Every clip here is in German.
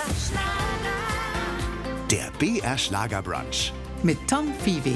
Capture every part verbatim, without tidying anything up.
Der B R Schlagerbrunch mit Tom Viehweg.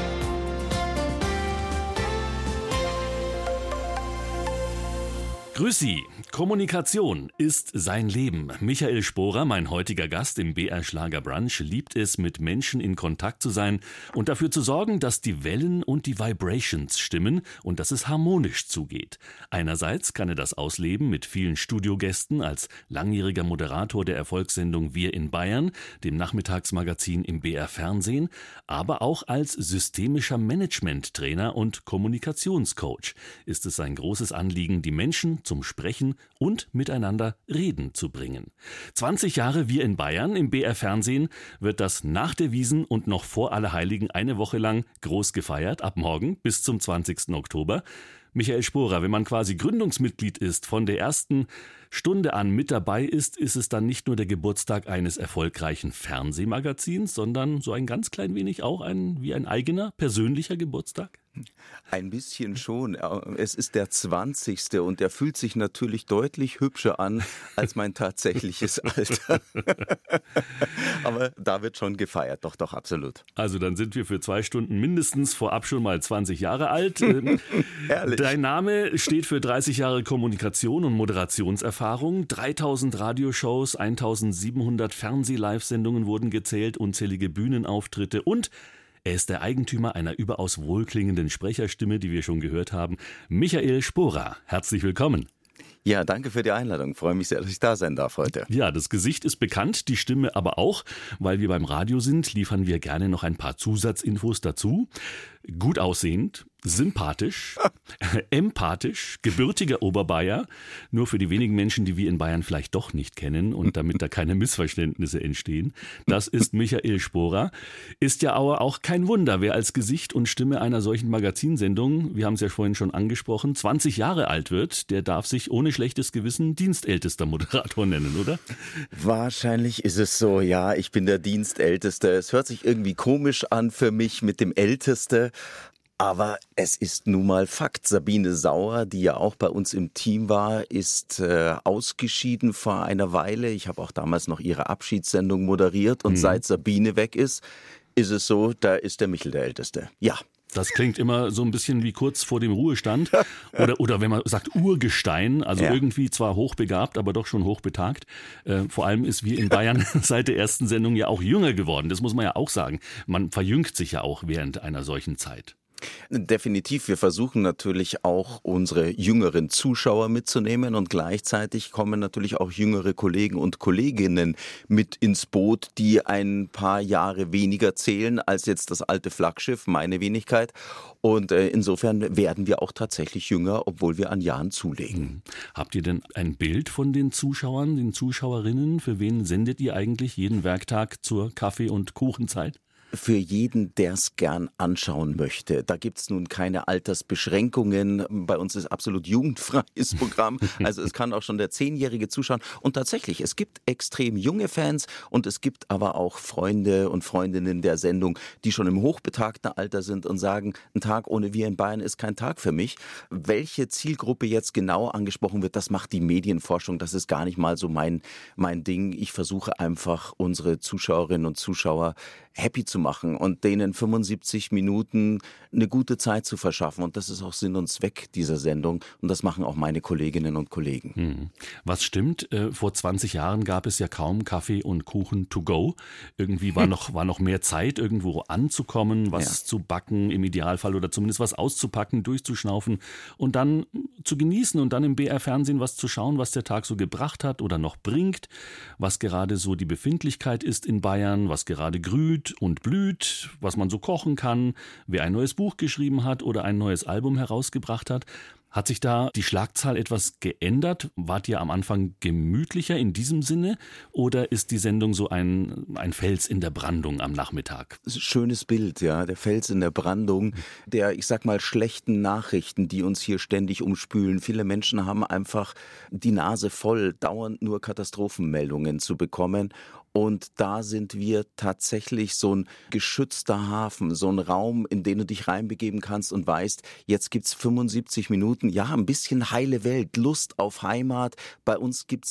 Grüß Sie. Kommunikation ist sein Leben. Michael Sporer, mein heutiger Gast im B R Schlagerbrunch, liebt es, mit Menschen in Kontakt zu sein und dafür zu sorgen, dass die Wellen und die Vibrations stimmen und dass es harmonisch zugeht. Einerseits kann er das ausleben mit vielen Studiogästen als langjähriger Moderator der Erfolgssendung Wir in Bayern, dem Nachmittagsmagazin im B R Fernsehen, aber auch als systemischer Management-Trainer und Kommunikationscoach ist es sein großes Anliegen, die Menschen zum Sprechen und miteinander reden zu bringen. zwanzig Jahre Wir in Bayern im B R Fernsehen wird das nach der Wiesn und noch vor Allerheiligen eine Woche lang groß gefeiert, ab morgen bis zum zwanzigsten Oktober. Michael Sporer, wenn man quasi Gründungsmitglied ist, von der ersten Stunde an mit dabei ist, ist es dann nicht nur der Geburtstag eines erfolgreichen Fernsehmagazins, sondern so ein ganz klein wenig auch ein, wie ein eigener persönlicher Geburtstag? Ein bisschen schon. Es ist der zwanzigste und der fühlt sich natürlich deutlich hübscher an als mein tatsächliches Alter. Aber da wird schon gefeiert, doch, doch, absolut. Also dann sind wir für zwei Stunden mindestens vorab schon mal zwanzig Jahre alt. Herrlich. Dein Name steht für dreißig Jahre Kommunikation und Moderationserfahrung. dreitausend Radioshows, eintausendsiebenhundert Fernseh-Live-Sendungen wurden gezählt, unzählige Bühnenauftritte und er ist der Eigentümer einer überaus wohlklingenden Sprecherstimme, die wir schon gehört haben. Michael Sporer, herzlich willkommen. Ja, danke für die Einladung. Ich freue mich sehr, dass ich da sein darf heute. Ja, das Gesicht ist bekannt, die Stimme aber auch. Weil wir beim Radio sind, liefern wir gerne noch ein paar Zusatzinfos dazu. Gut aussehend, sympathisch, empathisch, gebürtiger Oberbayer. Nur für die wenigen Menschen, die wir in Bayern vielleicht doch nicht kennen und damit da keine Missverständnisse entstehen. Das ist Michael Sporer. Ist ja aber auch kein Wunder, wer als Gesicht und Stimme einer solchen Magazinsendung, wir haben es ja vorhin schon angesprochen, zwanzig Jahre alt wird, der darf sich ohne schlechtes Gewissen dienstältester Moderator nennen, oder? Wahrscheinlich ist es so, ja, ich bin der Dienstälteste. Es hört sich irgendwie komisch an für mich mit dem Älteste. Aber es ist nun mal Fakt. Sabine Sauer, die ja auch bei uns im Team war, ist äh, ausgeschieden vor einer Weile. Ich habe auch damals noch ihre Abschiedssendung moderiert. Und mhm. seit Sabine weg ist, ist es so, da ist der Michel der Älteste. Ja. Das klingt immer so ein bisschen wie kurz vor dem Ruhestand oder, oder wenn man sagt Urgestein, also ja. irgendwie zwar hochbegabt, aber doch schon hochbetagt. Äh, vor allem ist wir in Bayern seit der ersten Sendung ja auch jünger geworden, das muss man ja auch sagen. Man verjüngt sich ja auch während einer solchen Zeit. Definitiv. Wir versuchen natürlich auch unsere jüngeren Zuschauer mitzunehmen und gleichzeitig kommen natürlich auch jüngere Kollegen und Kolleginnen mit ins Boot, die ein paar Jahre weniger zählen als jetzt das alte Flaggschiff, meine Wenigkeit. Und äh, insofern werden wir auch tatsächlich jünger, obwohl wir an Jahren zulegen. Hm. Habt ihr denn ein Bild von den Zuschauern, den Zuschauerinnen? Für wen sendet ihr eigentlich jeden Werktag zur Kaffee- und Kuchenzeit? Für jeden, der es gern anschauen möchte. Da gibt es nun keine Altersbeschränkungen. Bei uns ist absolut jugendfreies Programm. Also es kann auch schon der Zehnjährige zuschauen. Und tatsächlich, es gibt extrem junge Fans und es gibt aber auch Freunde und Freundinnen der Sendung, die schon im hochbetagten Alter sind und sagen, ein Tag ohne Wir in Bayern ist kein Tag für mich. Welche Zielgruppe jetzt genau angesprochen wird, das macht die Medienforschung. Das ist gar nicht mal so mein, mein Ding. Ich versuche einfach, unsere Zuschauerinnen und Zuschauer happy zu machen und denen fünfundsiebzig Minuten eine gute Zeit zu verschaffen. Und das ist auch Sinn und Zweck dieser Sendung. Und das machen auch meine Kolleginnen und Kollegen. Hm. Was stimmt? Äh, vor zwanzig Jahren gab es ja kaum Kaffee und Kuchen to go. Irgendwie war noch, war noch mehr Zeit, irgendwo anzukommen, was ja. zu backen im Idealfall oder zumindest was auszupacken, durchzuschnaufen und dann zu genießen und dann im B R-Fernsehen was zu schauen, was der Tag so gebracht hat oder noch bringt, was gerade so die Befindlichkeit ist in Bayern, was gerade grüht und blüht, was man so kochen kann, wer ein neues Buch geschrieben hat oder ein neues Album herausgebracht hat. Hat sich da die Schlagzahl etwas geändert? Wart ihr am Anfang gemütlicher in diesem Sinne oder ist die Sendung so ein, ein Fels in der Brandung am Nachmittag? Schönes Bild, ja, der Fels in der Brandung, der, ich sag mal, schlechten Nachrichten, die uns hier ständig umspülen. Viele Menschen haben einfach die Nase voll, dauernd nur Katastrophenmeldungen zu bekommen. Und da sind wir tatsächlich so ein geschützter Hafen, so ein Raum, in den du dich reinbegeben kannst und weißt, jetzt gibt's fünfundsiebzig Minuten, ja, ein bisschen heile Welt, Lust auf Heimat. Bei uns gibt's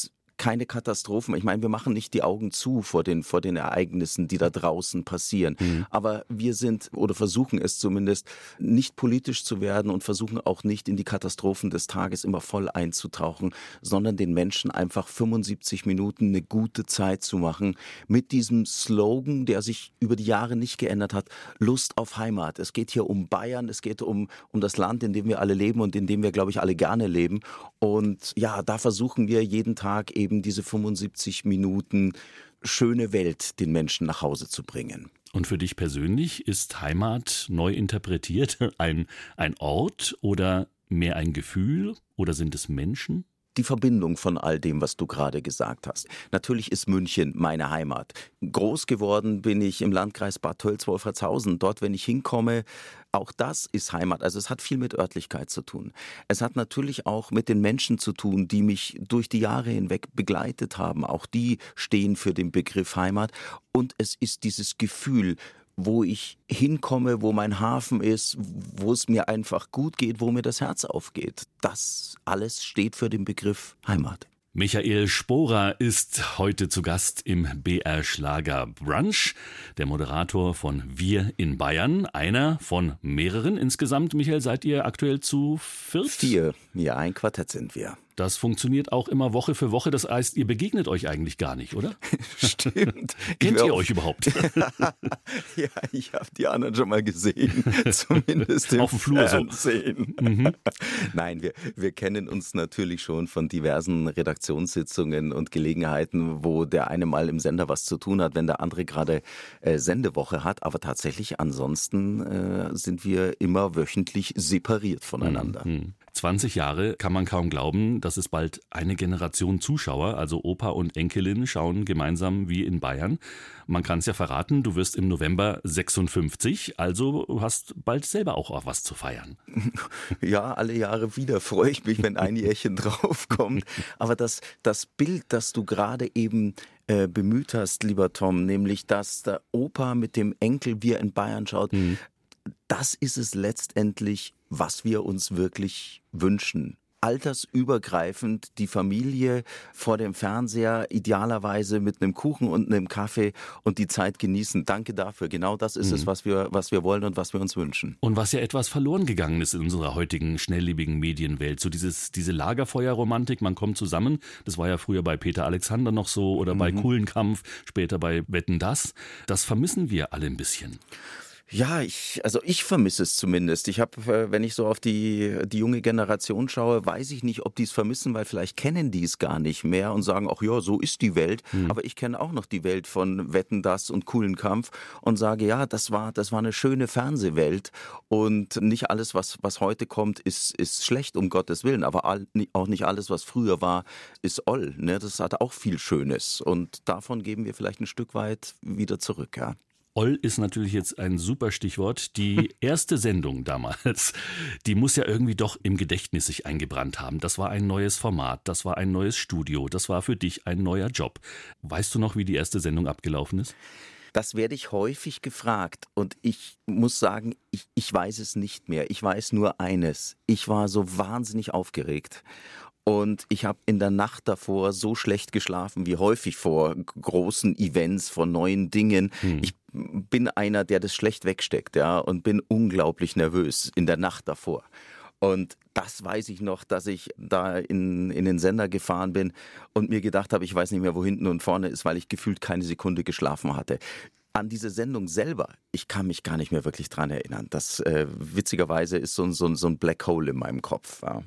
keine Katastrophen. Ich meine, wir machen nicht die Augen zu vor den, vor den Ereignissen, die da draußen passieren. Mhm. Aber wir sind oder versuchen es zumindest, nicht politisch zu werden und versuchen auch nicht in die Katastrophen des Tages immer voll einzutauchen, sondern den Menschen einfach fünfundsiebzig Minuten eine gute Zeit zu machen mit diesem Slogan, der sich über die Jahre nicht geändert hat, Lust auf Heimat. Es geht hier um Bayern, es geht um, um das Land, in dem wir alle leben und in dem wir, glaube ich, alle gerne leben. Und ja, da versuchen wir jeden Tag eben diese fünfundsiebzig Minuten schöne Welt den Menschen nach Hause zu bringen. Und für dich persönlich ist Heimat neu interpretiert ein, ein Ort oder mehr ein Gefühl oder sind es Menschen? Die Verbindung von all dem, was du gerade gesagt hast. Natürlich ist München meine Heimat. Groß geworden bin ich im Landkreis Bad Tölz-Wolfratshausen. Dort, wenn ich hinkomme, auch das ist Heimat. Also es hat viel mit Örtlichkeit zu tun. Es hat natürlich auch mit den Menschen zu tun, die mich durch die Jahre hinweg begleitet haben. Auch die stehen für den Begriff Heimat. Und es ist dieses Gefühl, wo ich hinkomme, wo mein Hafen ist, wo es mir einfach gut geht, wo mir das Herz aufgeht. Das alles steht für den Begriff Heimat. Michael Sporer ist heute zu Gast im B R Schlager Brunch, der Moderator von Wir in Bayern, einer von mehreren. Insgesamt, Michael, seid ihr aktuell zu viert? Vier, ja, ein Quartett sind wir. Das funktioniert auch immer Woche für Woche. Das heißt, ihr begegnet euch eigentlich gar nicht, oder? Stimmt. Kennt ihr euch überhaupt? Ja, ich habe die anderen schon mal gesehen. Zumindest im Auf dem Flur Fernsehen. So. Mhm. Nein, wir, wir kennen uns natürlich schon von diversen Redaktionssitzungen und Gelegenheiten, wo der eine mal im Sender was zu tun hat, wenn der andere gerade äh, Sendewoche hat. Aber tatsächlich ansonsten äh, sind wir immer wöchentlich separiert voneinander. Mhm. zwanzig Jahre kann man kaum glauben, dass es bald eine Generation Zuschauer, also Opa und Enkelin, schauen gemeinsam wie in Bayern. Man kann es ja verraten, du wirst im November sechsundfünfzig, also hast bald selber auch was zu feiern. Ja, alle Jahre wieder freue ich mich, wenn ein Jährchen draufkommt. Aber das, das Bild, das du gerade eben äh, bemüht hast, lieber Tom, nämlich, dass der Opa mit dem Enkel, wie er in Bayern schaut, mhm. das ist es letztendlich, was wir uns wirklich wünschen. Altersübergreifend die Familie vor dem Fernseher, idealerweise mit einem Kuchen und einem Kaffee und die Zeit genießen. Danke dafür. Genau das ist mhm. es, was wir, was wir wollen und was wir uns wünschen. Und was ja etwas verloren gegangen ist in unserer heutigen schnelllebigen Medienwelt. So dieses, diese Lagerfeuerromantik, man kommt zusammen. Das war ja früher bei Peter Alexander noch so oder mhm. bei Kuhlenkampf, später bei Wetten, dass. Das vermissen wir alle ein bisschen. Ja, ich, also ich vermisse es zumindest. Ich habe, wenn ich so auf die, die junge Generation schaue, weiß ich nicht, ob die es vermissen, weil vielleicht kennen die es gar nicht mehr und sagen, ach ja, so ist die Welt. Mhm. Aber ich kenne auch noch die Welt von Wetten, dass und Kuhlenkampf und sage, ja, das war, das war eine schöne Fernsehwelt und nicht alles, was, was heute kommt, ist, ist schlecht, um Gottes Willen. Aber all, auch nicht alles, was früher war, ist oll. Ne? Das hat auch viel Schönes und davon geben wir vielleicht ein Stück weit wieder zurück, ja. Oll ist natürlich jetzt ein super Stichwort. Die erste Sendung damals, die muss ja irgendwie doch im Gedächtnis sich eingebrannt haben. Das war ein neues Format, das war ein neues Studio, das war für dich ein neuer Job. Weißt du noch, wie die erste Sendung abgelaufen ist? Das werde ich häufig gefragt und ich muss sagen, ich, ich weiß es nicht mehr. Ich weiß nur eines. Ich war so wahnsinnig aufgeregt. Und ich habe in der Nacht davor so schlecht geschlafen wie häufig vor großen Events, vor neuen Dingen. Hm. Ich bin einer, der das schlecht wegsteckt, ja, und bin unglaublich nervös in der Nacht davor. Und das weiß ich noch, dass ich da in, in den Sender gefahren bin und mir gedacht habe, ich weiß nicht mehr, wo hinten und vorne ist, weil ich gefühlt keine Sekunde geschlafen hatte. An diese Sendung selber, ich kann mich gar nicht mehr wirklich dran erinnern. Das äh, witzigerweise ist so, so, so ein Black Hole in meinem Kopf. Ja.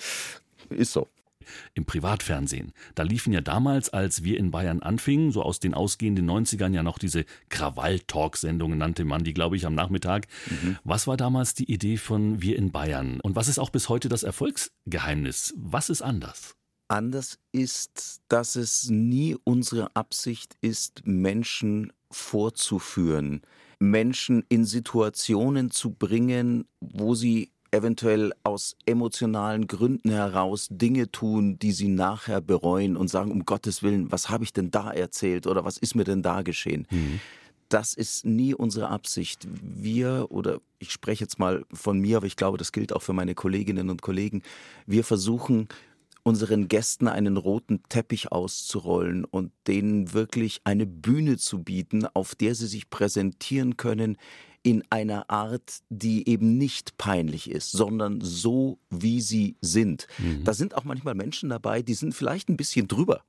Ist so. Im Privatfernsehen. Da liefen ja damals, als wir in Bayern anfingen, so aus den ausgehenden neunzigern ja noch diese Krawall-Talk-Sendungen, nannte man die, glaube ich, am Nachmittag. Mhm. Was war damals die Idee von Wir in Bayern? Und was ist auch bis heute das Erfolgsgeheimnis? Was ist anders? Anders ist, dass es nie unsere Absicht ist, Menschen vorzuführen, Menschen in Situationen zu bringen, wo sie eventuell aus emotionalen Gründen heraus Dinge tun, die sie nachher bereuen und sagen, um Gottes Willen, was habe ich denn da erzählt oder was ist mir denn da geschehen? Mhm. Das ist nie unsere Absicht. Wir, oder ich spreche jetzt mal von mir, aber ich glaube, das gilt auch für meine Kolleginnen und Kollegen, wir versuchen unseren Gästen einen roten Teppich auszurollen und denen wirklich eine Bühne zu bieten, auf der sie sich präsentieren können in einer Art, die eben nicht peinlich ist, sondern so, wie sie sind. Mhm. Da sind auch manchmal Menschen dabei, die sind vielleicht ein bisschen drüber.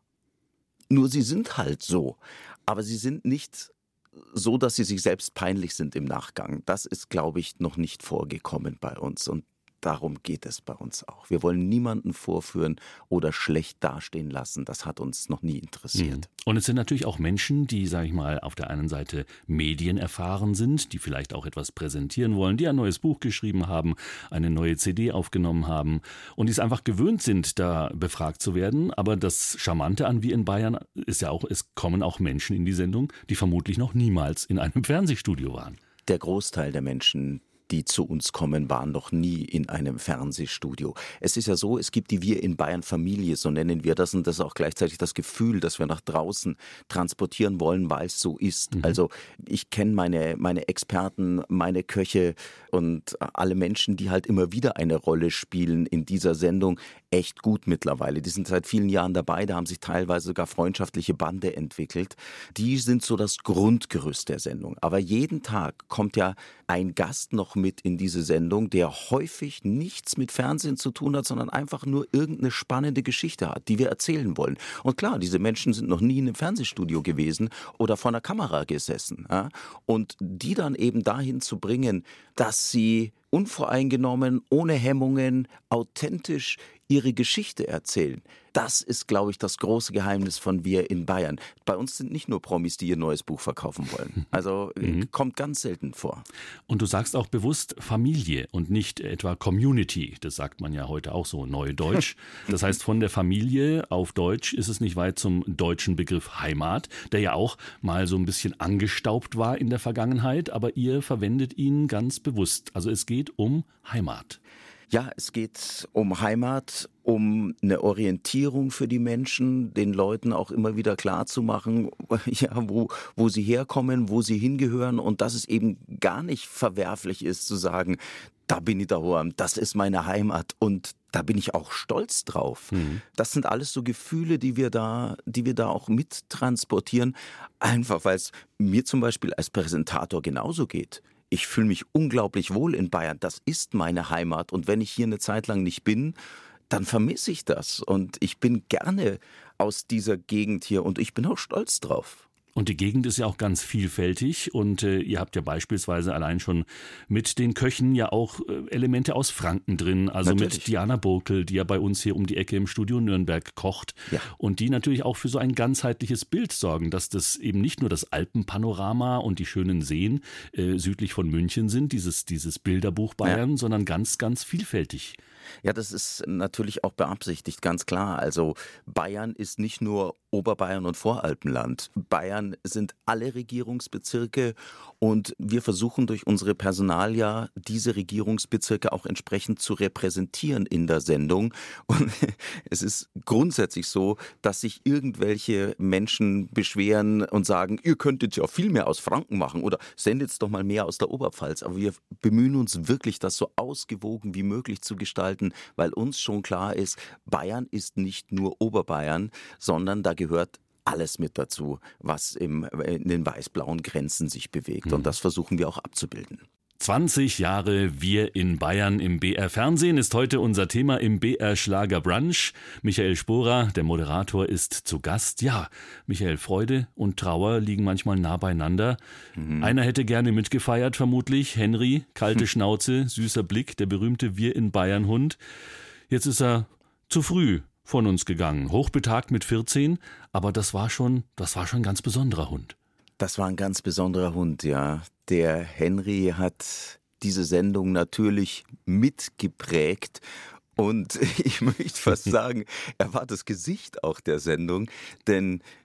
Nur sie sind halt so. Aber sie sind nicht so, dass sie sich selbst peinlich sind im Nachgang. Das ist, glaube ich, noch nicht vorgekommen bei uns. Und darum geht es bei uns auch. Wir wollen niemanden vorführen oder schlecht dastehen lassen. Das hat uns noch nie interessiert. Und es sind natürlich auch Menschen, die, sage ich mal, auf der einen Seite medienerfahren sind, die vielleicht auch etwas präsentieren wollen, die ein neues Buch geschrieben haben, eine neue C D aufgenommen haben und die es einfach gewöhnt sind, da befragt zu werden. Aber das Charmante an Wir in Bayern ist ja auch, es kommen auch Menschen in die Sendung, die vermutlich noch niemals in einem Fernsehstudio waren. Der Großteil der Menschen, die zu uns kommen, waren noch nie in einem Fernsehstudio. Es ist ja so, es gibt die Wir in Bayern Familie, so nennen wir das, und das ist auch gleichzeitig das Gefühl, das wir nach draußen transportieren wollen, weil es so ist. Mhm. Also ich kenne meine, meine Experten, meine Köche und alle Menschen, die halt immer wieder eine Rolle spielen in dieser Sendung, echt gut mittlerweile. Die sind seit vielen Jahren dabei, da haben sich teilweise sogar freundschaftliche Bande entwickelt. Die sind so das Grundgerüst der Sendung. Aber jeden Tag kommt ja ein Gast noch mit in diese Sendung, der häufig nichts mit Fernsehen zu tun hat, sondern einfach nur irgendeine spannende Geschichte hat, die wir erzählen wollen. Und klar, diese Menschen sind noch nie in einem Fernsehstudio gewesen oder vor einer Kamera gesessen. Ja? Und die dann eben dahin zu bringen, dass sie unvoreingenommen, ohne Hemmungen, authentisch ihre Geschichte erzählen. Das ist, glaube ich, das große Geheimnis von Wir in Bayern. Bei uns sind nicht nur Promis, die ihr neues Buch verkaufen wollen. Also mhm. kommt ganz selten vor. Und du sagst auch bewusst Familie und nicht etwa Community. Das sagt man ja heute auch so neudeutsch. Das heißt, von der Familie auf Deutsch ist es nicht weit zum deutschen Begriff Heimat, der ja auch mal so ein bisschen angestaubt war in der Vergangenheit, aber ihr verwendet ihn ganz bewusst. Also es geht um Heimat. Ja, es geht um Heimat, um eine Orientierung für die Menschen, den Leuten auch immer wieder klarzumachen, ja, wo, wo sie herkommen, wo sie hingehören und dass es eben gar nicht verwerflich ist zu sagen, da bin ich daheim, das ist meine Heimat und da bin ich auch stolz drauf. Mhm. Das sind alles so Gefühle, die wir da, die wir da auch mittransportieren, einfach weil es mir zum Beispiel als Präsentator genauso geht. Ich fühle mich unglaublich wohl in Bayern. Das ist meine Heimat. Und wenn ich hier eine Zeit lang nicht bin, dann vermisse ich das. Und ich bin gerne aus dieser Gegend hier und ich bin auch stolz drauf. Und die Gegend ist ja auch ganz vielfältig und äh, ihr habt ja beispielsweise allein schon mit den Köchen ja auch äh, Elemente aus Franken drin, also natürlich. Mit Diana Burkel, die ja bei uns hier um die Ecke im Studio Nürnberg kocht ja. Und die natürlich auch für so ein ganzheitliches Bild sorgen, dass das eben nicht nur das Alpenpanorama und die schönen Seen äh, südlich von München sind, dieses, dieses Bilderbuch Bayern, ja. Sondern ganz, ganz vielfältig. Ja, das ist natürlich auch beabsichtigt, ganz klar. Also Bayern ist nicht nur Oberbayern und Voralpenland. Bayern sind alle Regierungsbezirke und wir versuchen durch unsere Personalia diese Regierungsbezirke auch entsprechend zu repräsentieren in der Sendung. Und es ist grundsätzlich so, dass sich irgendwelche Menschen beschweren und sagen, ihr könntet ja viel mehr aus Franken machen oder sendet doch mal mehr aus der Oberpfalz. Aber wir bemühen uns wirklich, das so ausgewogen wie möglich zu gestalten, weil uns schon klar ist, Bayern ist nicht nur Oberbayern, sondern da gehört alles mit dazu, was im, in den weiß-blauen Grenzen sich bewegt. Mhm. Und das versuchen wir auch abzubilden. zwanzig Jahre Wir in Bayern im B R Fernsehen ist heute unser Thema im B R Schlager Brunch. Michael Sporer, der Moderator, ist zu Gast. Ja, Michael, Freude und Trauer liegen manchmal nah beieinander. Mhm. Einer hätte gerne mitgefeiert, vermutlich. Henry, kalte Schnauze, süßer Blick, der berühmte Wir in Bayern Hund. Jetzt ist er zu früh von uns gegangen. Hochbetagt mit vierzehn, aber das war schon, das war schon ein ganz besonderer Hund. Das war ein ganz besonderer Hund, ja. Der Henry hat diese Sendung natürlich mitgeprägt und ich möchte fast sagen, er war das Gesicht auch der Sendung, denn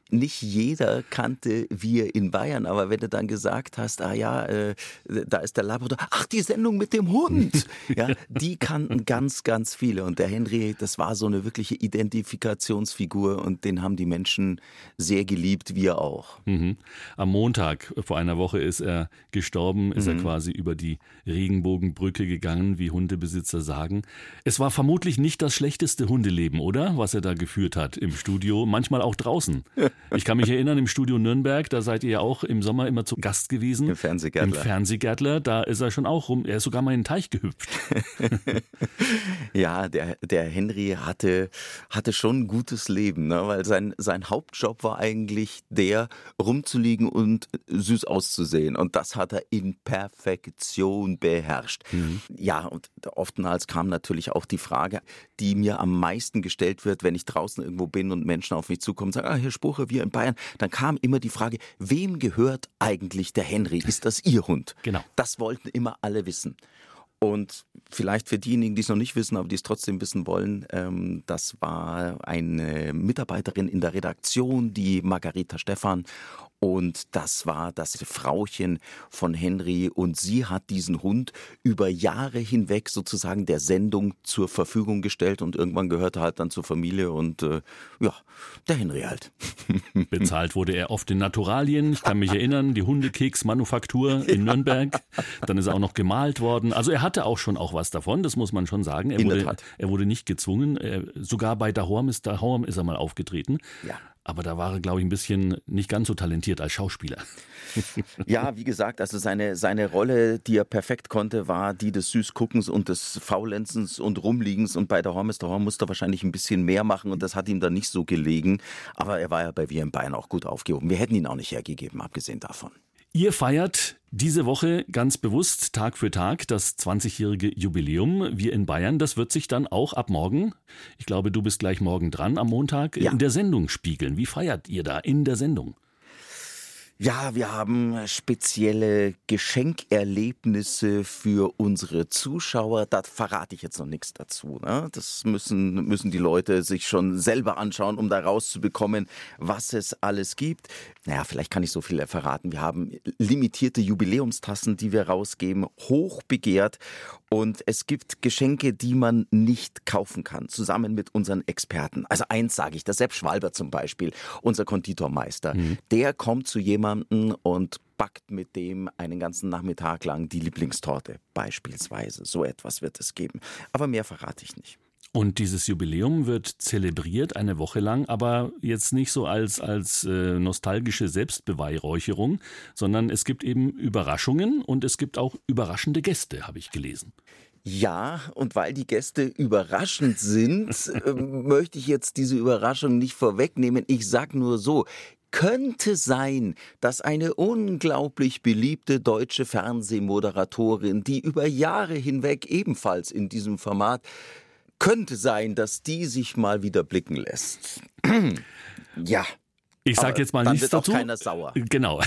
nicht jeder kannte Wir in Bayern, aber wenn du dann gesagt hast, ah ja, äh, da ist der Labrador, ach, die Sendung mit dem Hund, ja, die kannten ganz, ganz viele. Und der Henry, das war so eine wirkliche Identifikationsfigur und den haben die Menschen sehr geliebt, wir auch. Mhm. Am Montag vor einer Woche ist er gestorben, ist mhm. er quasi über die Regenbogenbrücke gegangen, wie Hundebesitzer sagen. Es war vermutlich nicht das schlechteste Hundeleben, oder? Was er da geführt hat im Studio, manchmal auch draußen. Ich kann mich erinnern, im Studio Nürnberg, da seid ihr ja auch im Sommer immer zu Gast gewesen. Im Fernsehgärtler. Im Fernsehgärtler, da ist er schon auch rum, er ist sogar mal in den Teich gehüpft. Ja, der, der Henry hatte, hatte schon ein gutes Leben, ne? Weil sein, sein Hauptjob war eigentlich der, rumzuliegen und süß auszusehen. Und das hat er in Perfektion beherrscht. Mhm. Ja, und oftmals kam natürlich auch die Frage, die mir am meisten gestellt wird, wenn ich draußen irgendwo bin und Menschen auf mich zukommen und sagen, ah, Herr Sporer, wir in Bayern, dann kam immer die Frage, wem gehört eigentlich der Henry? Ist das Ihr Hund? Genau. Das wollten immer alle wissen. Und vielleicht für diejenigen, die es noch nicht wissen, aber die es trotzdem wissen wollen, ähm, das war eine Mitarbeiterin in der Redaktion, die Margareta Stephan. Und das war das Frauchen von Henry und sie hat diesen Hund über Jahre hinweg sozusagen der Sendung zur Verfügung gestellt und irgendwann gehörte er halt dann zur Familie und äh, ja, der Henry halt. Bezahlt wurde er oft in Naturalien, ich kann mich erinnern, die Hundekeksmanufaktur in Nürnberg, dann ist er auch noch gemalt worden, also er hatte auch schon auch was davon, das muss man schon sagen, er, wurde, er wurde nicht gezwungen, er, sogar bei Dahorm ist, Dahorm ist er mal aufgetreten. Ja. Aber da war er, glaube ich, ein bisschen nicht ganz so talentiert als Schauspieler. Ja, wie gesagt, also seine, seine Rolle, die er perfekt konnte, war die des Süßguckens und des Faulenzens und Rumliegens. Und bei der Hormes, der Horm musste er wahrscheinlich ein bisschen mehr machen und das hat ihm dann nicht so gelegen. Aber er war ja bei Wir in Bayern auch gut aufgehoben. Wir hätten ihn auch nicht hergegeben, abgesehen davon. Ihr feiert diese Woche ganz bewusst Tag für Tag das zwanzigjährige Jubiläum. Wir in Bayern, das wird sich dann auch ab morgen, ich glaube, du bist gleich morgen dran am Montag, ja. in der Sendung spiegeln. Wie feiert ihr da in der Sendung? Ja, wir haben spezielle Geschenkerlebnisse für unsere Zuschauer. Da verrate ich jetzt noch nichts dazu. Ne? Das müssen, müssen die Leute sich schon selber anschauen, um da rauszubekommen, was es alles gibt. Naja, vielleicht kann ich so viel verraten. Wir haben limitierte Jubiläumstassen, die wir rausgeben, hoch begehrt. Und es gibt Geschenke, die man nicht kaufen kann, zusammen mit unseren Experten. Also eins sage ich, der Sepp Schwalber zum Beispiel, unser Konditormeister, mhm. der kommt zu jemandem und backt mit dem einen ganzen Nachmittag lang die Lieblingstorte beispielsweise. So etwas wird es geben. Aber mehr verrate ich nicht. Und dieses Jubiläum wird zelebriert eine Woche lang, aber jetzt nicht so als, als äh, nostalgische Selbstbeweihräucherung, sondern es gibt eben Überraschungen und es gibt auch überraschende Gäste, habe ich gelesen. Ja, und weil die Gäste überraschend sind, äh, möchte ich jetzt diese Überraschung nicht vorwegnehmen. Ich sag nur so, könnte sein, dass eine unglaublich beliebte deutsche Fernsehmoderatorin, die über Jahre hinweg ebenfalls in diesem Format, könnte sein, dass die sich mal wieder blicken lässt. Ja. Ich sag jetzt mal dann nichts wird auch dazu. Keiner sauer. Genau.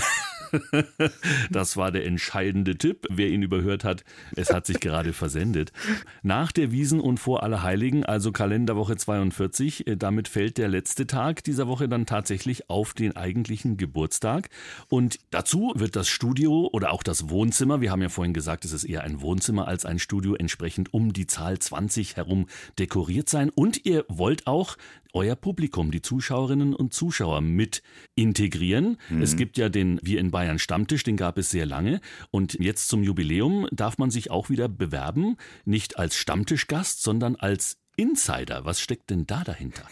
Das war der entscheidende Tipp. Wer ihn überhört hat, es hat sich gerade versendet. Nach der Wiesn und vor Allerheiligen, also Kalenderwoche zweiundvierzig, damit fällt der letzte Tag dieser Woche dann tatsächlich auf den eigentlichen Geburtstag. Und dazu wird das Studio oder auch das Wohnzimmer, wir haben ja vorhin gesagt, es ist eher ein Wohnzimmer als ein Studio, entsprechend um die Zahl zwanzig herum dekoriert sein. Und ihr wollt auch euer Publikum, die Zuschauerinnen und Zuschauer mit integrieren. Mhm. Es gibt ja den Wir in Bayern Stammtisch, den gab es sehr lange. Und jetzt zum Jubiläum darf man sich auch wieder bewerben, nicht als Stammtischgast, sondern als Insider. Was steckt denn da dahinter?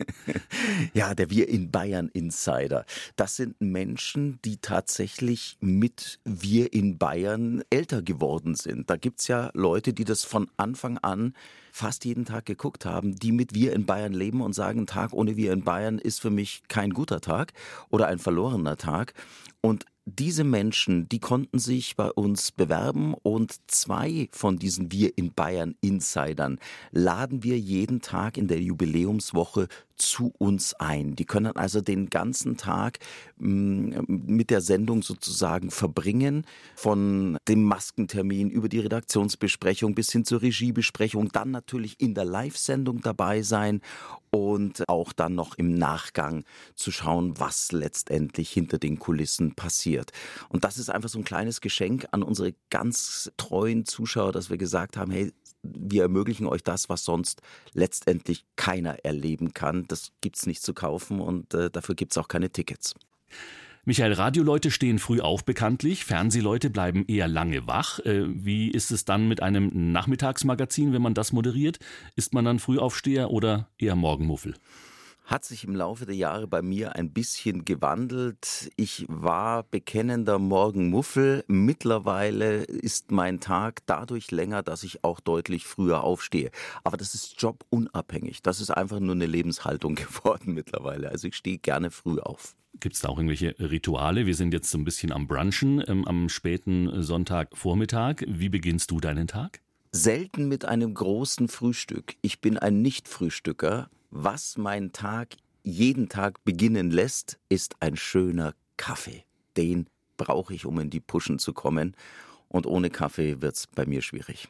Ja, der Wir in Bayern Insider. Das sind Menschen, die tatsächlich mit Wir in Bayern älter geworden sind. Da gibt's ja Leute, die das von Anfang an fast jeden Tag geguckt haben, die mit Wir in Bayern leben und sagen, ein Tag ohne Wir in Bayern ist für mich kein guter Tag oder ein verlorener Tag. Und diese Menschen, die konnten sich bei uns bewerben und zwei von diesen Wir in Bayern Insidern laden wir jeden Tag in der Jubiläumswoche zu uns ein. Die können also den ganzen Tag mh, mit der Sendung sozusagen verbringen, von dem Maskentermin über die Redaktionsbesprechung bis hin zur Regiebesprechung, dann natürlich in der Live-Sendung dabei sein und auch dann noch im Nachgang zu schauen, was letztendlich hinter den Kulissen passiert. Und das ist einfach so ein kleines Geschenk an unsere ganz treuen Zuschauer, dass wir gesagt haben, hey, wir ermöglichen euch das, was sonst letztendlich keiner erleben kann. Das gibt's nicht zu kaufen und äh, dafür gibt's auch keine Tickets. Michael, Radioleute stehen früh auf bekanntlich, Fernsehleute bleiben eher lange wach. Äh, wie ist es dann mit einem Nachmittagsmagazin, wenn man das moderiert? Ist man dann Frühaufsteher oder eher Morgenmuffel? Hat sich im Laufe der Jahre bei mir ein bisschen gewandelt. Ich war bekennender Morgenmuffel. Mittlerweile ist mein Tag dadurch länger, dass ich auch deutlich früher aufstehe. Aber das ist jobunabhängig. Das ist einfach nur eine Lebenshaltung geworden mittlerweile. Also ich stehe gerne früh auf. Gibt es da auch irgendwelche Rituale? Wir sind jetzt so ein bisschen am Brunchen, ähm, am späten Sonntagvormittag. Wie beginnst du deinen Tag? Selten mit einem großen Frühstück. Ich bin ein Nicht-Frühstücker. Was meinen Tag jeden Tag beginnen lässt, ist ein schöner Kaffee. Den brauche ich, um in die Puschen zu kommen. Und ohne Kaffee wird's bei mir schwierig.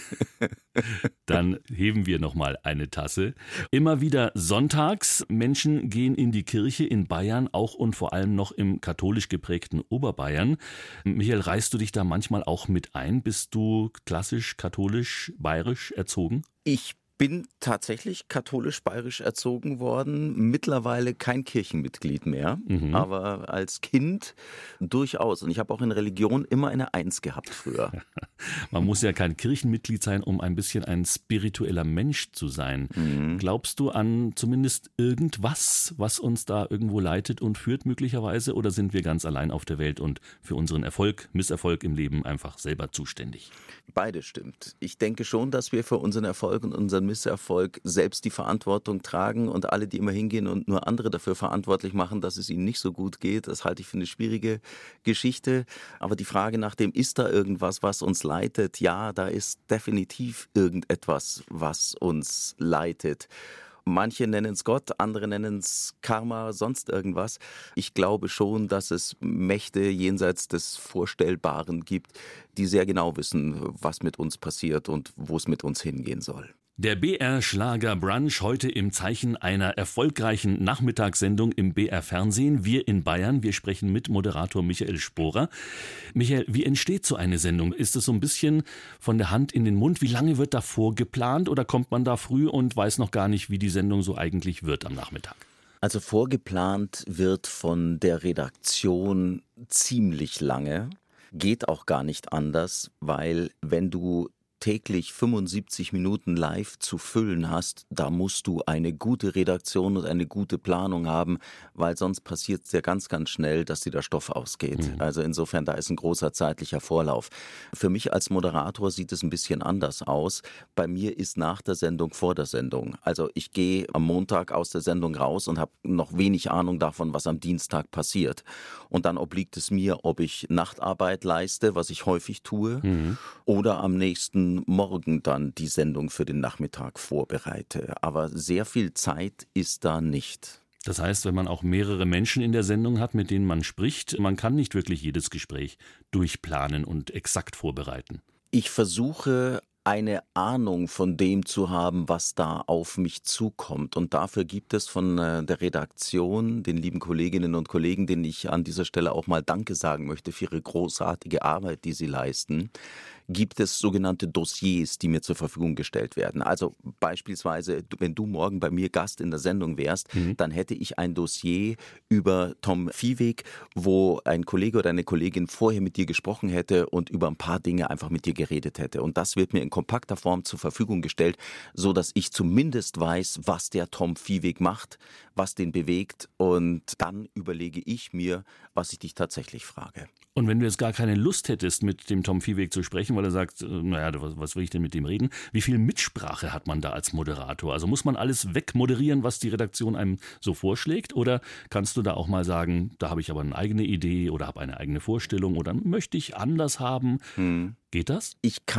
Dann heben wir nochmal eine Tasse. Immer wieder sonntags. Menschen gehen in die Kirche in Bayern, auch und vor allem noch im katholisch geprägten Oberbayern. Michael, reißt du dich da manchmal auch mit ein? Bist du klassisch, katholisch, bayerisch erzogen? Ich bin tatsächlich katholisch-bayerisch erzogen worden, mittlerweile kein Kirchenmitglied mehr, mhm. aber als Kind durchaus. Und ich habe auch in Religion immer eine Eins gehabt früher. Man muss ja kein Kirchenmitglied sein, um ein bisschen ein spiritueller Mensch zu sein. Mhm. Glaubst du an zumindest irgendwas, was uns da irgendwo leitet und führt möglicherweise? Oder sind wir ganz allein auf der Welt und für unseren Erfolg, Misserfolg im Leben einfach selber zuständig? Beides stimmt. Ich denke schon, dass wir für unseren Erfolg und unseren Misserfolg selbst die Verantwortung tragen und alle, die immer hingehen und nur andere dafür verantwortlich machen, dass es ihnen nicht so gut geht, das halte ich für eine schwierige Geschichte. Aber die Frage nach dem, ist da irgendwas, was uns leitet? Ja, da ist definitiv irgendetwas, was uns leitet. Manche nennen es Gott, andere nennen es Karma, sonst irgendwas. Ich glaube schon, dass es Mächte jenseits des Vorstellbaren gibt, die sehr genau wissen, was mit uns passiert und wo es mit uns hingehen soll. Der B R Schlager Brunch heute im Zeichen einer erfolgreichen Nachmittagssendung im B R Fernsehen. Wir in Bayern, wir sprechen mit Moderator Michael Sporer. Michael, wie entsteht so eine Sendung? Ist es so ein bisschen von der Hand in den Mund? Wie lange wird davor geplant oder kommt man da früh und weiß noch gar nicht, wie die Sendung so eigentlich wird am Nachmittag? Also vorgeplant wird von der Redaktion ziemlich lange. Geht auch gar nicht anders, weil wenn du täglich fünfundsiebzig Minuten live zu füllen hast, da musst du eine gute Redaktion und eine gute Planung haben, weil sonst passiert es ja ganz, ganz schnell, dass dir der Stoff ausgeht. Mhm. Also insofern, da ist ein großer zeitlicher Vorlauf. Für mich als Moderator sieht es ein bisschen anders aus. Bei mir ist nach der Sendung vor der Sendung. Also ich gehe am Montag aus der Sendung raus und habe noch wenig Ahnung davon, was am Dienstag passiert. Und dann obliegt es mir, ob ich Nachtarbeit leiste, was ich häufig tue, mhm. oder am nächsten Morgen dann die Sendung für den Nachmittag vorbereite. Aber sehr viel Zeit ist da nicht. Das heißt, wenn man auch mehrere Menschen in der Sendung hat, mit denen man spricht, man kann nicht wirklich jedes Gespräch durchplanen und exakt vorbereiten. Ich versuche, eine Ahnung von dem zu haben, was da auf mich zukommt. Und dafür gibt es von der Redaktion, den lieben Kolleginnen und Kollegen, denen ich an dieser Stelle auch mal Danke sagen möchte für ihre großartige Arbeit, die sie leisten, gibt es sogenannte Dossiers, die mir zur Verfügung gestellt werden. Also beispielsweise, wenn du morgen bei mir Gast in der Sendung wärst, mhm. dann hätte ich ein Dossier über Tom Viehweg, wo ein Kollege oder eine Kollegin vorher mit dir gesprochen hätte und über ein paar Dinge einfach mit dir geredet hätte. Und das wird mir in kompakter Form zur Verfügung gestellt, so dass ich zumindest weiß, was der Tom Viehweg macht, was den bewegt, und dann überlege ich mir, was ich dich tatsächlich frage. Und wenn du jetzt gar keine Lust hättest, mit dem Tom Viehweg zu sprechen, weil er sagt, naja, was, was will ich denn mit dem reden? Wie viel Mitsprache hat man da als Moderator? Also muss man alles wegmoderieren, was die Redaktion einem so vorschlägt? Oder kannst du da auch mal sagen, da habe ich aber eine eigene Idee oder habe eine eigene Vorstellung oder möchte ich anders haben? Hm. Geht das? Ich kann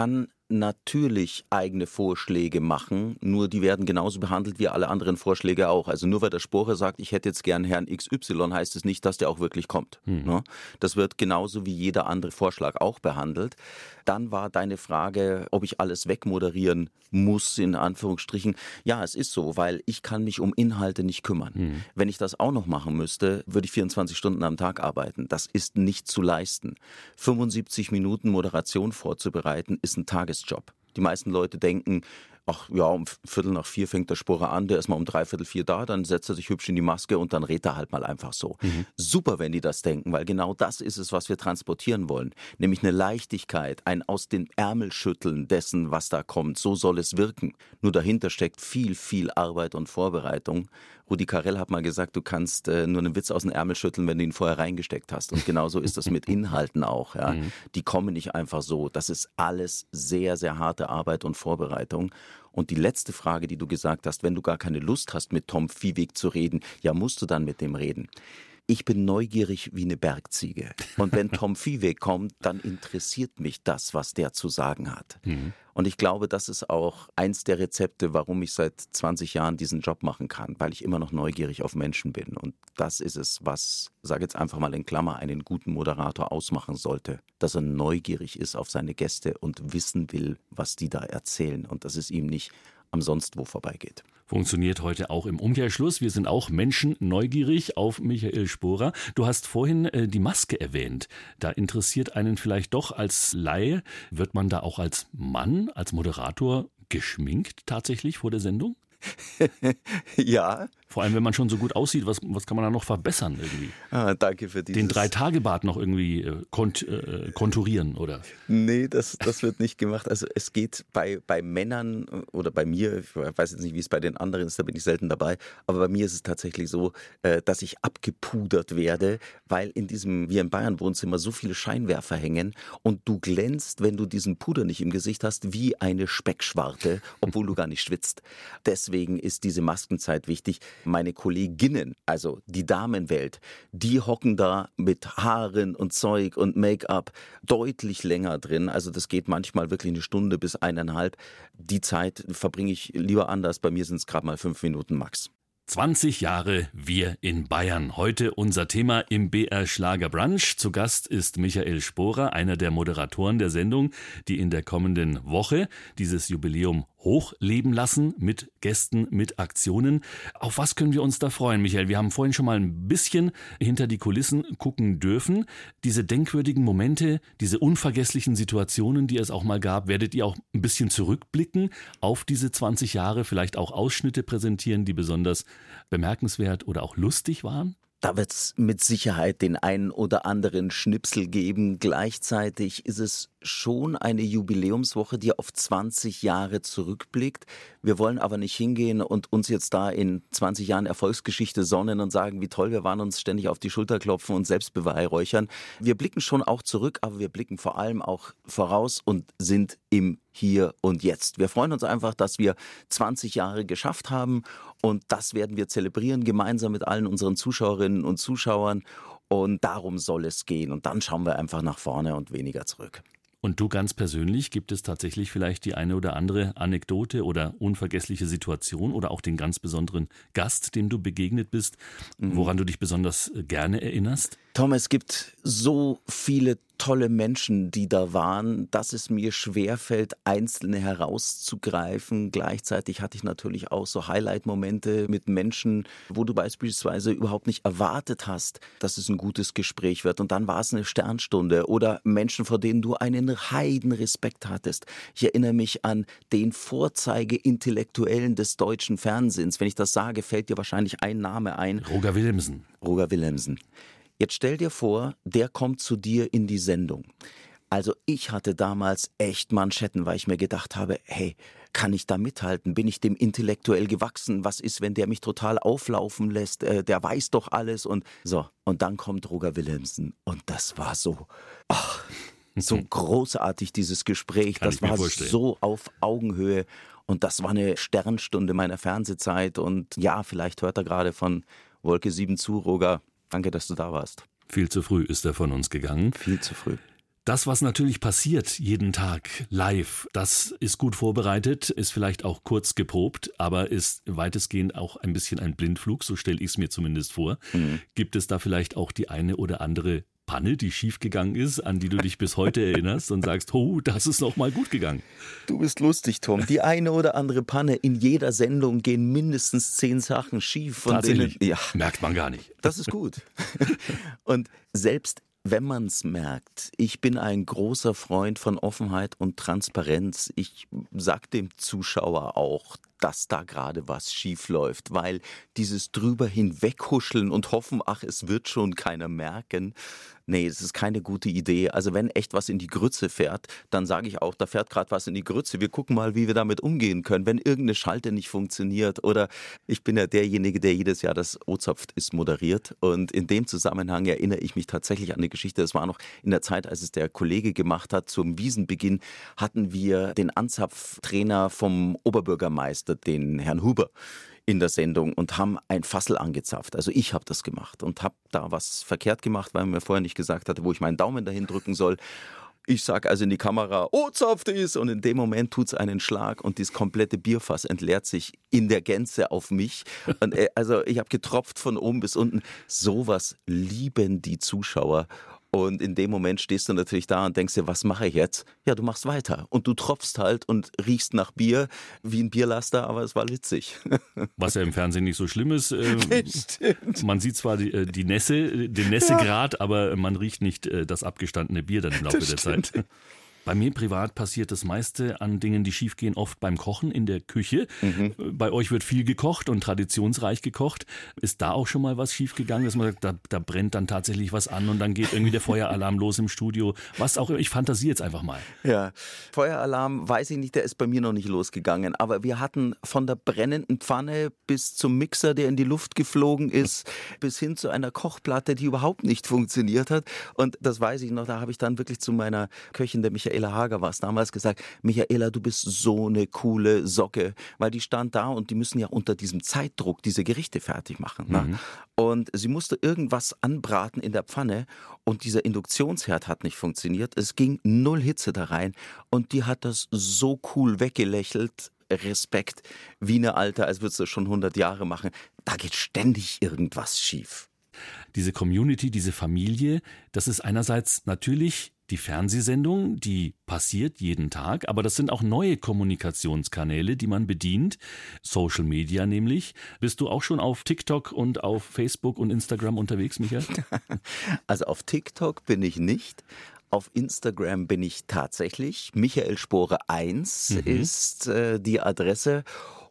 natürlich eigene Vorschläge machen, nur die werden genauso behandelt wie alle anderen Vorschläge auch. Also nur weil der Sporer sagt, ich hätte jetzt gern Herrn X Y, heißt es nicht, dass der auch wirklich kommt. Hm. Ne? Das wird genauso wie jeder andere Vorschlag auch behandelt. Dann war deine Frage, ob ich alles wegmoderieren muss, in Anführungsstrichen. Ja, es ist so, weil ich kann mich um Inhalte nicht kümmern. Hm. Wenn ich das auch noch machen müsste, würde ich vierundzwanzig Stunden am Tag arbeiten. Das ist nicht zu leisten. fünfundsiebzig Minuten Moderation vorzubereiten, ist ein Tagesjob. Die meisten Leute denken, ach ja, um Viertel nach vier fängt der Sporer an, der ist mal um dreiviertel vier da, dann setzt er sich hübsch in die Maske und dann redet er halt mal einfach so. Mhm. Super, wenn die das denken, weil genau das ist es, was wir transportieren wollen. Nämlich eine Leichtigkeit, ein aus den Ärmel schütteln dessen, was da kommt. So soll es wirken. Nur dahinter steckt viel, viel Arbeit und Vorbereitung. Rudi Carrell hat mal gesagt, du kannst äh, nur einen Witz aus dem Ärmel schütteln, wenn du ihn vorher reingesteckt hast. Und genauso ist das mit Inhalten auch. Ja. Mhm. Die kommen nicht einfach so. Das ist alles sehr, sehr harte Arbeit und Vorbereitung. Und die letzte Frage, die du gesagt hast, wenn du gar keine Lust hast, mit Tom Viehweg zu reden, ja, musst du dann mit dem reden. Ich bin neugierig wie eine Bergziege. Und wenn Tom Viehweg kommt, dann interessiert mich das, was der zu sagen hat. Mhm. Und ich glaube, das ist auch eins der Rezepte, warum ich seit zwanzig Jahren diesen Job machen kann, weil ich immer noch neugierig auf Menschen bin. Und das ist es, was, sage jetzt einfach mal in Klammer, einen guten Moderator ausmachen sollte. Dass er neugierig ist auf seine Gäste und wissen will, was die da erzählen. Und dass es ihm nicht am sonst wo vorbeigeht. Funktioniert heute auch im Umkehrschluss. Wir sind auch Menschen neugierig auf Michael Sporer. Du hast vorhin äh, die Maske erwähnt. Da interessiert einen vielleicht doch als Laie, wird man da auch als Mann, als Moderator geschminkt tatsächlich vor der Sendung? Ja. Vor allem, wenn man schon so gut aussieht, was, was kann man da noch verbessern irgendwie? Ah, danke für dieses... Den Drei-Tage-Bart noch irgendwie äh, kont, äh, konturieren, oder? Nee, das, das wird nicht gemacht. Also es geht bei, bei Männern oder bei mir, ich weiß jetzt nicht, wie es bei den anderen ist, da bin ich selten dabei, aber bei mir ist es tatsächlich so, äh, dass ich abgepudert werde, weil in diesem, wie im Bayern-Wohnzimmer, so viele Scheinwerfer hängen und du glänzt, wenn du diesen Puder nicht im Gesicht hast, wie eine Speckschwarte, obwohl du gar nicht schwitzt. Deswegen ist diese Maskenzeit wichtig. Meine Kolleginnen, also die Damenwelt, die hocken da mit Haaren und Zeug und Make-up deutlich länger drin. Also das geht manchmal wirklich eine Stunde bis eineinhalb. Die Zeit verbringe ich lieber anders. Bei mir sind es gerade mal fünf Minuten max. zwanzig Jahre Wir in Bayern. Heute unser Thema im B R Schlager Brunch. Zu Gast ist Michael Sporer, einer der Moderatoren der Sendung, die in der kommenden Woche dieses Jubiläum hochleben lassen mit Gästen, mit Aktionen. Auf was können wir uns da freuen, Michael? Wir haben vorhin schon mal ein bisschen hinter die Kulissen gucken dürfen. Diese denkwürdigen Momente, diese unvergesslichen Situationen, die es auch mal gab, werdet ihr auch ein bisschen zurückblicken auf diese zwanzig Jahre, vielleicht auch Ausschnitte präsentieren, die besonders bemerkenswert oder auch lustig waren? Da wird es mit Sicherheit den einen oder anderen Schnipsel geben. Gleichzeitig ist es schon eine Jubiläumswoche, die auf zwanzig Jahre zurückblickt. Wir wollen aber nicht hingehen und uns jetzt da in zwanzig Jahren Erfolgsgeschichte sonnen und sagen, wie toll wir waren, uns ständig auf die Schulter klopfen und selbst beweihräuchern. Wir blicken schon auch zurück, aber wir blicken vor allem auch voraus und sind im Hier und Jetzt. Wir freuen uns einfach, dass wir zwanzig Jahre geschafft haben und das werden wir zelebrieren, gemeinsam mit allen unseren Zuschauerinnen und Zuschauern. Und darum soll es gehen. Und dann schauen wir einfach nach vorne und weniger zurück. Und du ganz persönlich, gibt es tatsächlich vielleicht die eine oder andere Anekdote oder unvergessliche Situation oder auch den ganz besonderen Gast, dem du begegnet bist, woran du dich besonders gerne erinnerst? Tom, es gibt so viele tolle Menschen, die da waren, dass es mir schwerfällt, einzelne herauszugreifen. Gleichzeitig hatte ich natürlich auch so Highlight-Momente mit Menschen, wo du beispielsweise überhaupt nicht erwartet hast, dass es ein gutes Gespräch wird. Und dann war es eine Sternstunde. Oder Menschen, vor denen du einen Heidenrespekt hattest. Ich erinnere mich an den Vorzeige-Intellektuellen des deutschen Fernsehens. Wenn ich das sage, fällt dir wahrscheinlich ein Name ein. Roger Willemsen. Roger Willemsen. Jetzt stell dir vor, der kommt zu dir in die Sendung. Also ich hatte damals echt Manschetten, weil ich mir gedacht habe, hey, kann ich da mithalten? Bin ich dem intellektuell gewachsen? Was ist, wenn der mich total auflaufen lässt? Äh, der weiß doch alles und so. Und dann kommt Roger Willemsen und das war so, ach, so großartig, dieses Gespräch. Kann das war so auf Augenhöhe und das war eine Sternstunde meiner Fernsehzeit und ja, vielleicht hört er gerade von Wolke sieben zu, Roger. Danke, dass du da warst. Viel zu früh ist er von uns gegangen. Viel zu früh. Das, was natürlich passiert jeden Tag live, das ist gut vorbereitet, ist vielleicht auch kurz geprobt, aber ist weitestgehend auch ein bisschen ein Blindflug, so stelle ich es mir zumindest vor. Mhm. Gibt es da vielleicht auch die eine oder andere Panne, die schiefgegangen ist, an die du dich bis heute erinnerst und sagst, oh, das ist noch mal gut gegangen? Du bist lustig, Tom. Die eine oder andere Panne. In jeder Sendung gehen mindestens zehn Sachen schief. Von Tatsächlich? Denen, ja, merkt man gar nicht. Das ist gut. Und selbst wenn man es merkt, ich bin ein großer Freund von Offenheit und Transparenz. Ich sag dem Zuschauer auch, dass da gerade was schief läuft, weil dieses drüber hinweghuscheln und hoffen, ach, es wird schon keiner merken, nee, es ist keine gute Idee. Also wenn echt was in die Grütze fährt, dann sage ich auch, da fährt gerade was in die Grütze. Wir gucken mal, wie wir damit umgehen können, wenn irgendeine Schalte nicht funktioniert. Oder ich bin ja derjenige, der jedes Jahr das O-Zapft ist moderiert. Und in dem Zusammenhang erinnere ich mich tatsächlich an eine Geschichte. Das war noch in der Zeit, als es der Kollege gemacht hat. Zum Wiesenbeginn hatten wir den Anzapftrainer vom Oberbürgermeister, den Herrn Huber, in der Sendung und haben ein Fassel angezapft. Also ich habe das gemacht und habe da was verkehrt gemacht, weil man mir vorher nicht gesagt hatte, wo ich meinen Daumen dahin drücken soll. Ich sage also in die Kamera, oh, zapft ist, und in dem Moment tut es einen Schlag und das komplette Bierfass entleert sich in der Gänze auf mich. Und also ich habe getropft von oben bis unten. Sowas lieben die Zuschauer. Und in dem Moment stehst du natürlich da und denkst dir, was mache ich jetzt? Ja, du machst weiter. Und du tropfst halt und riechst nach Bier wie ein Bierlaster, aber es war witzig. Was ja im Fernsehen nicht so schlimm ist. Äh, man sieht zwar die, die Nässe, den Nässegrad, ja, aber man riecht nicht das abgestandene Bier dann im Laufe der Zeit. Bei mir privat passiert das meiste an Dingen, die schiefgehen, oft beim Kochen in der Küche. Mhm. Bei euch wird viel gekocht und traditionsreich gekocht. Ist da auch schon mal was schiefgegangen, dass man sagt, da, da brennt dann tatsächlich was an und dann geht irgendwie der Feueralarm los im Studio? Was auch immer, ich fantasiere jetzt einfach mal. Ja, Feueralarm, weiß ich nicht, der ist bei mir noch nicht losgegangen. Aber wir hatten von der brennenden Pfanne bis zum Mixer, der in die Luft geflogen ist, bis hin zu einer Kochplatte, die überhaupt nicht funktioniert hat. Und das weiß ich noch, da habe ich dann wirklich zu meiner Köchin, der Michaela Hager war es damals, gesagt, Michaela, du bist so eine coole Socke, weil die stand da und die müssen ja unter diesem Zeitdruck diese Gerichte fertig machen. Ne? Mhm. Und sie musste irgendwas anbraten in der Pfanne und dieser Induktionsherd hat nicht funktioniert. Es ging null Hitze da rein und die hat das so cool weggelächelt. Respekt, wie eine Alte, als würdest du schon hundert Jahre machen. Da geht ständig irgendwas schief. Diese Community, diese Familie, das ist einerseits natürlich die Fernsehsendung, die passiert jeden Tag, aber das sind auch neue Kommunikationskanäle, die man bedient, Social Media nämlich. Bist du auch schon auf TikTok und auf Facebook und Instagram unterwegs, Michael? Also auf TikTok bin ich nicht. Auf Instagram bin ich tatsächlich. Michael Sporer eins mhm. ist äh, die Adresse.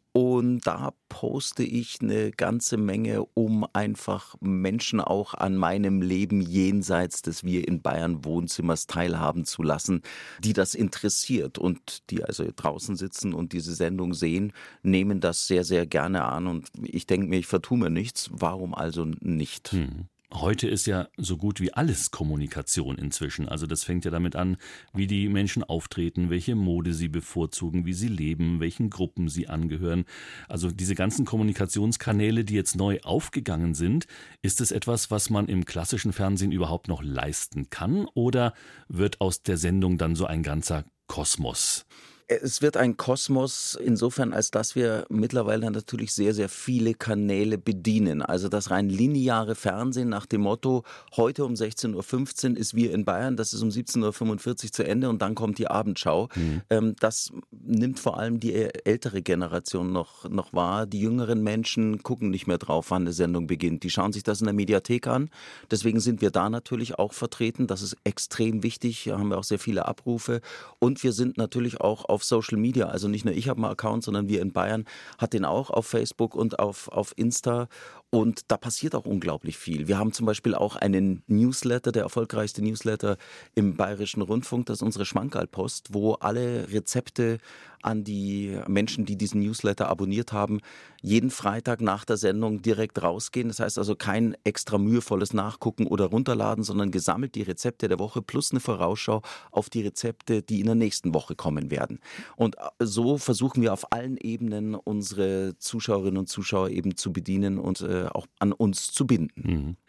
Und da poste ich eine ganze Menge, um einfach Menschen auch an meinem Leben jenseits des Wir in Bayern Wohnzimmers teilhaben zu lassen, die das interessiert und die also draußen sitzen und diese Sendung sehen, nehmen das sehr, sehr gerne an. Und ich denke mir, ich vertue mir nichts. Warum also nicht? Hm. Heute ist ja so gut wie alles Kommunikation inzwischen. Also das fängt ja damit an, wie die Menschen auftreten, welche Mode sie bevorzugen, wie sie leben, welchen Gruppen sie angehören. Also diese ganzen Kommunikationskanäle, die jetzt neu aufgegangen sind, ist es etwas, was man im klassischen Fernsehen überhaupt noch leisten kann? Oder wird aus der Sendung dann so ein ganzer Kosmos? Es wird ein Kosmos insofern, als dass wir mittlerweile natürlich sehr, sehr viele Kanäle bedienen. Also das rein lineare Fernsehen nach dem Motto, heute um sechzehn Uhr fünfzehn ist Wir in Bayern, das ist um siebzehn Uhr fünfundvierzig zu Ende und dann kommt die Abendschau. Mhm. Das nimmt vor allem die ältere Generation noch, noch wahr. Die jüngeren Menschen gucken nicht mehr drauf, wann eine Sendung beginnt. Die schauen sich das in der Mediathek an. Deswegen sind wir da natürlich auch vertreten. Das ist extrem wichtig. Da haben wir auch sehr viele Abrufe. Und wir sind natürlich auch auf auf Social Media, also nicht nur ich habe einen Account, sondern wir in Bayern hat den auch auf Facebook und auf, auf Insta und da passiert auch unglaublich viel. Wir haben zum Beispiel auch einen Newsletter, der erfolgreichste Newsletter im Bayerischen Rundfunk, das ist unsere Schmankerl-Post, wo alle Rezepte an die Menschen, die diesen Newsletter abonniert haben, jeden Freitag nach der Sendung direkt rausgehen. Das heißt also kein extra mühevolles Nachgucken oder Runterladen, sondern gesammelt die Rezepte der Woche plus eine Vorausschau auf die Rezepte, die in der nächsten Woche kommen werden. Und so versuchen wir auf allen Ebenen unsere Zuschauerinnen und Zuschauer eben zu bedienen und äh, auch an uns zu binden. Mhm.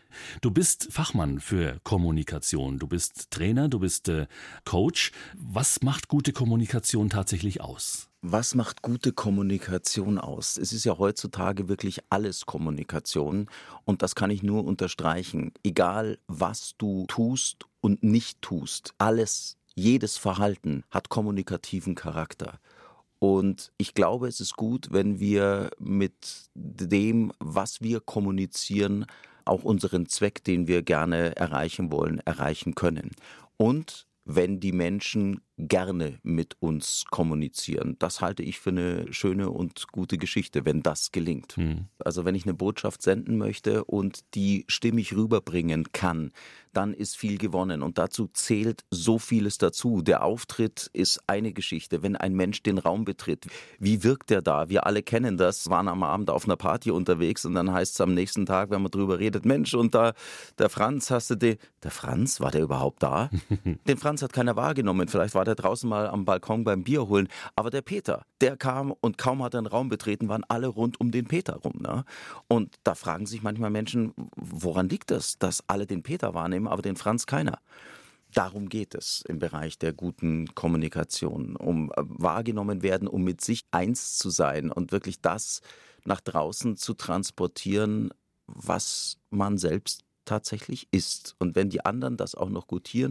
Du bist Fachmann für Kommunikation, du bist Trainer, du bist äh, Coach. Was macht gute Kommunikation tatsächlich aus? Was macht gute Kommunikation aus? Es ist ja heutzutage wirklich alles Kommunikation und das kann ich nur unterstreichen. Egal, was du tust und nicht tust, alles, jedes Verhalten hat kommunikativen Charakter. Und ich glaube, es ist gut, wenn wir mit dem, was wir kommunizieren, auch unseren Zweck, den wir gerne erreichen wollen, erreichen können. Und wenn die Menschen gerne mit uns kommunizieren. Das halte ich für eine schöne und gute Geschichte, wenn das gelingt. Hm. Also wenn ich eine Botschaft senden möchte und die stimmig rüberbringen kann, dann ist viel gewonnen. Und dazu zählt so vieles dazu. Der Auftritt ist eine Geschichte. Wenn ein Mensch den Raum betritt, wie wirkt er da? Wir alle kennen das, waren am Abend auf einer Party unterwegs und dann heißt es am nächsten Tag, wenn man drüber redet, Mensch, und da der Franz, hast du den... Der Franz, war der überhaupt da? Den Franz hat keiner wahrgenommen. Vielleicht war der draußen mal am Balkon beim Bier holen. Aber der Peter, der kam und kaum hat er einen Raum betreten, waren alle rund um den Peter rum. Ne? Und da fragen sich manchmal Menschen, woran liegt das, dass alle den Peter wahrnehmen, aber den Franz keiner? Darum geht es im Bereich der guten Kommunikation, um wahrgenommen werden, um mit sich eins zu sein und wirklich das nach draußen zu transportieren, was man selbst tatsächlich ist. Und wenn die anderen das auch noch gutieren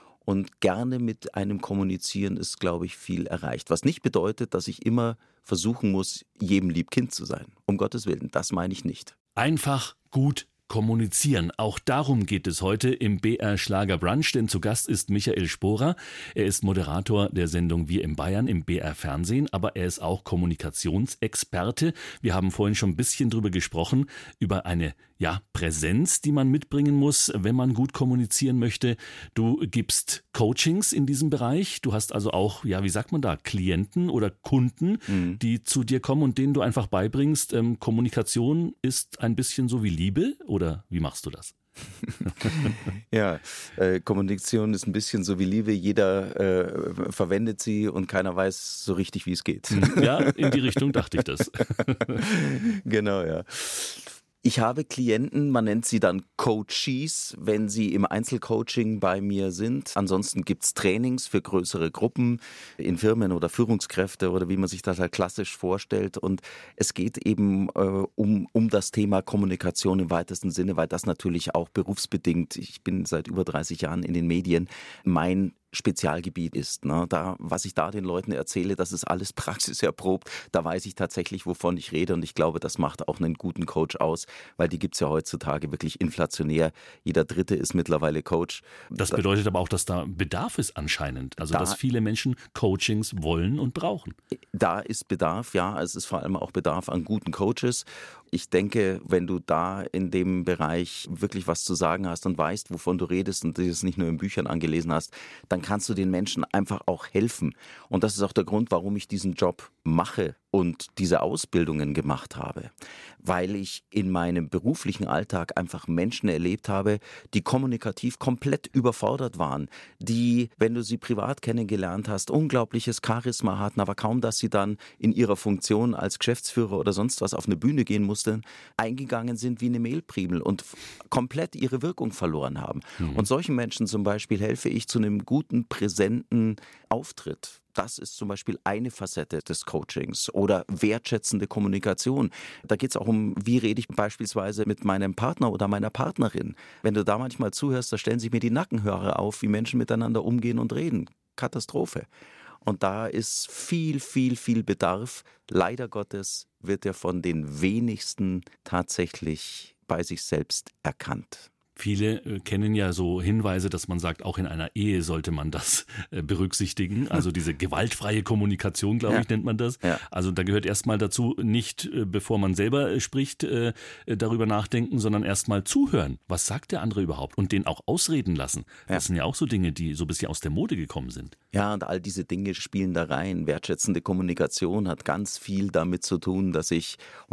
und gerne mit einem kommunizieren, ist, glaube ich, viel erreicht. Was nicht bedeutet, dass ich immer versuchen muss, jedem lieb Kind zu sein. Um Gottes Willen, das meine ich nicht. Einfach gut kommunizieren. Auch darum geht es heute im B R Schlager Brunch, denn zu Gast ist Michael Sporer. Er ist Moderator der Sendung Wir in Bayern im B R Fernsehen, aber er ist auch Kommunikationsexperte. Wir haben vorhin schon ein bisschen drüber gesprochen, über eine ja, Präsenz, die man mitbringen muss, wenn man gut kommunizieren möchte. Du gibst Coachings in diesem Bereich. Du hast also auch, ja, wie sagt man da, Klienten oder Kunden, mhm. die zu dir kommen und denen du einfach beibringst, ähm, Kommunikation ist ein bisschen so wie Liebe, oder wie machst du das? Ja, äh, Kommunikation ist ein bisschen so wie Liebe. Jeder äh, verwendet sie und keiner weiß so richtig, wie es geht. Ja, in die Richtung dachte ich das. Genau, ja. Ich habe Klienten, man nennt sie dann Coaches, wenn sie im Einzelcoaching bei mir sind. Ansonsten gibt es Trainings für größere Gruppen in Firmen oder Führungskräfte oder wie man sich das halt klassisch vorstellt. Und es geht eben äh, um, um das Thema Kommunikation im weitesten Sinne, weil das natürlich auch berufsbedingt, ich bin seit über dreißig Jahren in den Medien, mein Spezialgebiet ist. Ne? Da, was ich da den Leuten erzähle, das ist alles praxiserprobt. Da weiß ich tatsächlich, wovon ich rede und ich glaube, das macht auch einen guten Coach aus, weil die gibt es ja heutzutage wirklich inflationär. Jeder Dritte ist mittlerweile Coach. Das bedeutet aber auch, dass da Bedarf ist anscheinend. Also, da, dass viele Menschen Coachings wollen und brauchen. Da ist Bedarf, ja. Es ist vor allem auch Bedarf an guten Coaches. Ich denke, wenn du da in dem Bereich wirklich was zu sagen hast und weißt, wovon du redest und das nicht nur in Büchern angelesen hast, dann kannst du den Menschen einfach auch helfen. Und das ist auch der Grund, warum ich diesen Job mache und diese Ausbildungen gemacht habe. Weil ich in meinem beruflichen Alltag einfach Menschen erlebt habe, die kommunikativ komplett überfordert waren, die, wenn du sie privat kennengelernt hast, unglaubliches Charisma hatten, aber kaum, dass sie dann in ihrer Funktion als Geschäftsführer oder sonst was auf eine Bühne gehen mussten, eingegangen sind wie eine Mehlprimel und komplett ihre Wirkung verloren haben. Mhm. Und solchen Menschen zum Beispiel helfe ich zu einem guten, präsenten Auftritt. Das ist zum Beispiel eine Facette des Coachings oder wertschätzende Kommunikation. Da geht es auch um, wie rede ich beispielsweise mit meinem Partner oder meiner Partnerin. Wenn du da manchmal zuhörst, da stellen sich mir die Nackenhaare auf, wie Menschen miteinander umgehen und reden. Katastrophe. Und da ist viel, viel, viel Bedarf. Leider Gottes wird er von den wenigsten tatsächlich bei sich selbst erkannt. Viele äh, kennen ja so Hinweise, dass man sagt, auch in einer Ehe sollte man das äh, berücksichtigen. Also diese gewaltfreie Kommunikation, glaube ja. ich, nennt man das. Ja. Also da gehört erstmal dazu, nicht äh, bevor man selber äh, spricht, äh, darüber nachdenken, sondern erstmal zuhören. Was sagt der andere überhaupt? Und den auch ausreden lassen. Ja. Das sind ja auch so Dinge, die so ein bisschen aus der Mode gekommen sind. Ja, und all diese Dinge spielen da rein. Wertschätzende Kommunikation hat ganz viel damit zu tun, dass ich, und das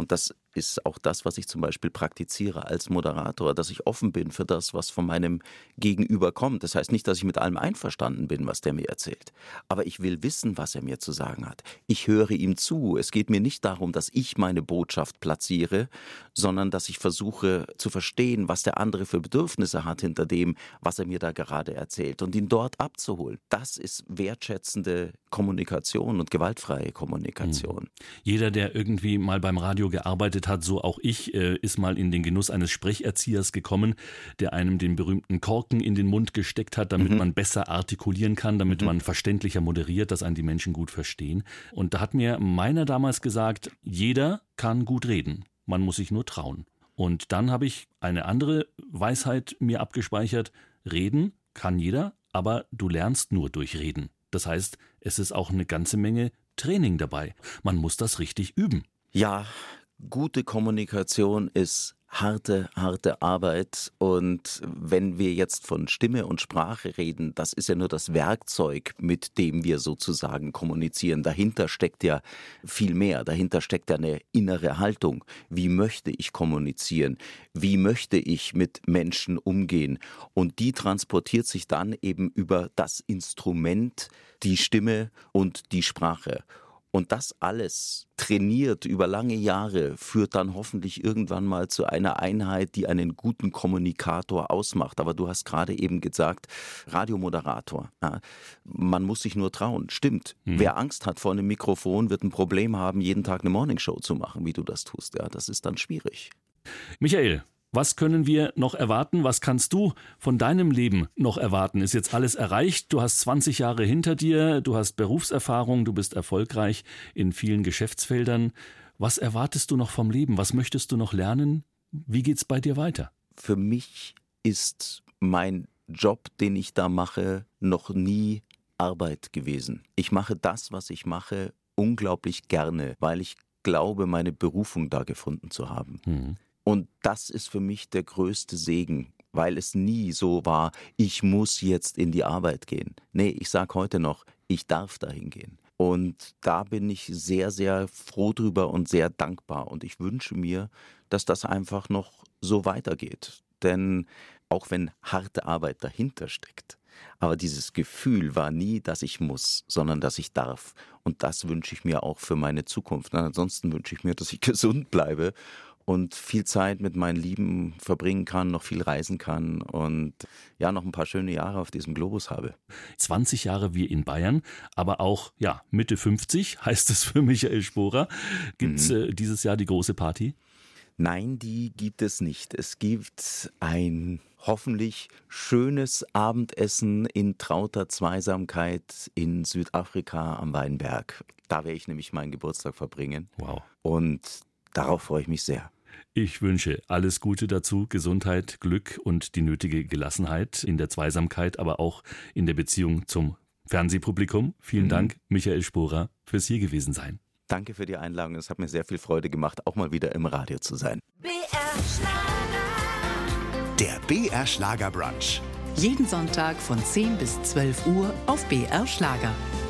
ist auch das, was ich zum Beispiel praktiziere als Moderator, dass ich offen bin für das, was von meinem Gegenüber kommt. Das heißt nicht, dass ich mit allem einverstanden bin, was der mir erzählt. Aber ich will wissen, was er mir zu sagen hat. Ich höre ihm zu. Es geht mir nicht darum, dass ich meine Botschaft platziere, sondern dass ich versuche zu verstehen, was der andere für Bedürfnisse hat hinter dem, was er mir da gerade erzählt und ihn dort abzuholen. Das ist wertschätzende Kommunikation und gewaltfreie Kommunikation. Mhm. Jeder, der irgendwie mal beim Radio gearbeitet hat, so auch ich, äh, ist mal in den Genuss eines Sprecherziehers gekommen, der einem den berühmten Korken in den Mund gesteckt hat, damit mhm. man besser artikulieren kann, damit mhm. man verständlicher moderiert, dass einen die Menschen gut verstehen. Und da hat mir meiner damals gesagt, jeder kann gut reden, man muss sich nur trauen. Und dann habe ich eine andere Weisheit mir abgespeichert, reden kann jeder, aber du lernst nur durch Reden. Das heißt, es ist auch eine ganze Menge Training dabei. Man muss das richtig üben. Ja, gute Kommunikation ist harte, harte Arbeit. Und wenn wir jetzt von Stimme und Sprache reden, das ist ja nur das Werkzeug, mit dem wir sozusagen kommunizieren. Dahinter steckt ja viel mehr. Dahinter steckt ja eine innere Haltung. Wie möchte ich kommunizieren? Wie möchte ich mit Menschen umgehen? Und die transportiert sich dann eben über das Instrument, die Stimme und die Sprache. Und das alles trainiert über lange Jahre führt dann hoffentlich irgendwann mal zu einer Einheit, die einen guten Kommunikator ausmacht. Aber du hast gerade eben gesagt, Radiomoderator. Ja, man muss sich nur trauen. Stimmt. Mhm. Wer Angst hat vor einem Mikrofon, wird ein Problem haben, jeden Tag eine Morningshow zu machen, wie du das tust. Ja, das ist dann schwierig. Michael, was können wir noch erwarten? Was kannst du von deinem Leben noch erwarten? Ist jetzt alles erreicht? Du hast zwanzig Jahre hinter dir, du hast Berufserfahrung, du bist erfolgreich in vielen Geschäftsfeldern. Was erwartest du noch vom Leben? Was möchtest du noch lernen? Wie geht's bei dir weiter? Für mich ist mein Job, den ich da mache, noch nie Arbeit gewesen. Ich mache das, was ich mache, unglaublich gerne, weil ich glaube, meine Berufung da gefunden zu haben. Mhm. Und das ist für mich der größte Segen, weil es nie so war, ich muss jetzt in die Arbeit gehen. Nee, ich sage heute noch, ich darf dahin gehen. Und da bin ich sehr, sehr froh drüber und sehr dankbar. Und ich wünsche mir, dass das einfach noch so weitergeht. Denn auch wenn harte Arbeit dahinter steckt, aber dieses Gefühl war nie, dass ich muss, sondern dass ich darf. Und das wünsche ich mir auch für meine Zukunft. Und ansonsten wünsche ich mir, dass ich gesund bleibe und viel Zeit mit meinen Lieben verbringen kann, noch viel reisen kann und ja, noch ein paar schöne Jahre auf diesem Globus habe. zwanzig Jahre wie in Bayern, aber auch ja Mitte fünfzig heißt es für Michael Sporer. Gibt es mhm. äh, dieses Jahr die große Party? Nein, die gibt es nicht. Es gibt ein hoffentlich schönes Abendessen in trauter Zweisamkeit in Südafrika am Weinberg. Da werde ich nämlich meinen Geburtstag verbringen. Wow. Und darauf freue ich mich sehr. Ich wünsche alles Gute dazu, Gesundheit, Glück und die nötige Gelassenheit in der Zweisamkeit, aber auch in der Beziehung zum Fernsehpublikum. Vielen mhm. Dank, Michael Sporer, fürs hier gewesen sein. Danke für die Einladung. Es hat mir sehr viel Freude gemacht, auch mal wieder im Radio zu sein. B R Schlager. Der B R Schlager Brunch. Jeden Sonntag von zehn bis zwölf Uhr auf B R Schlager.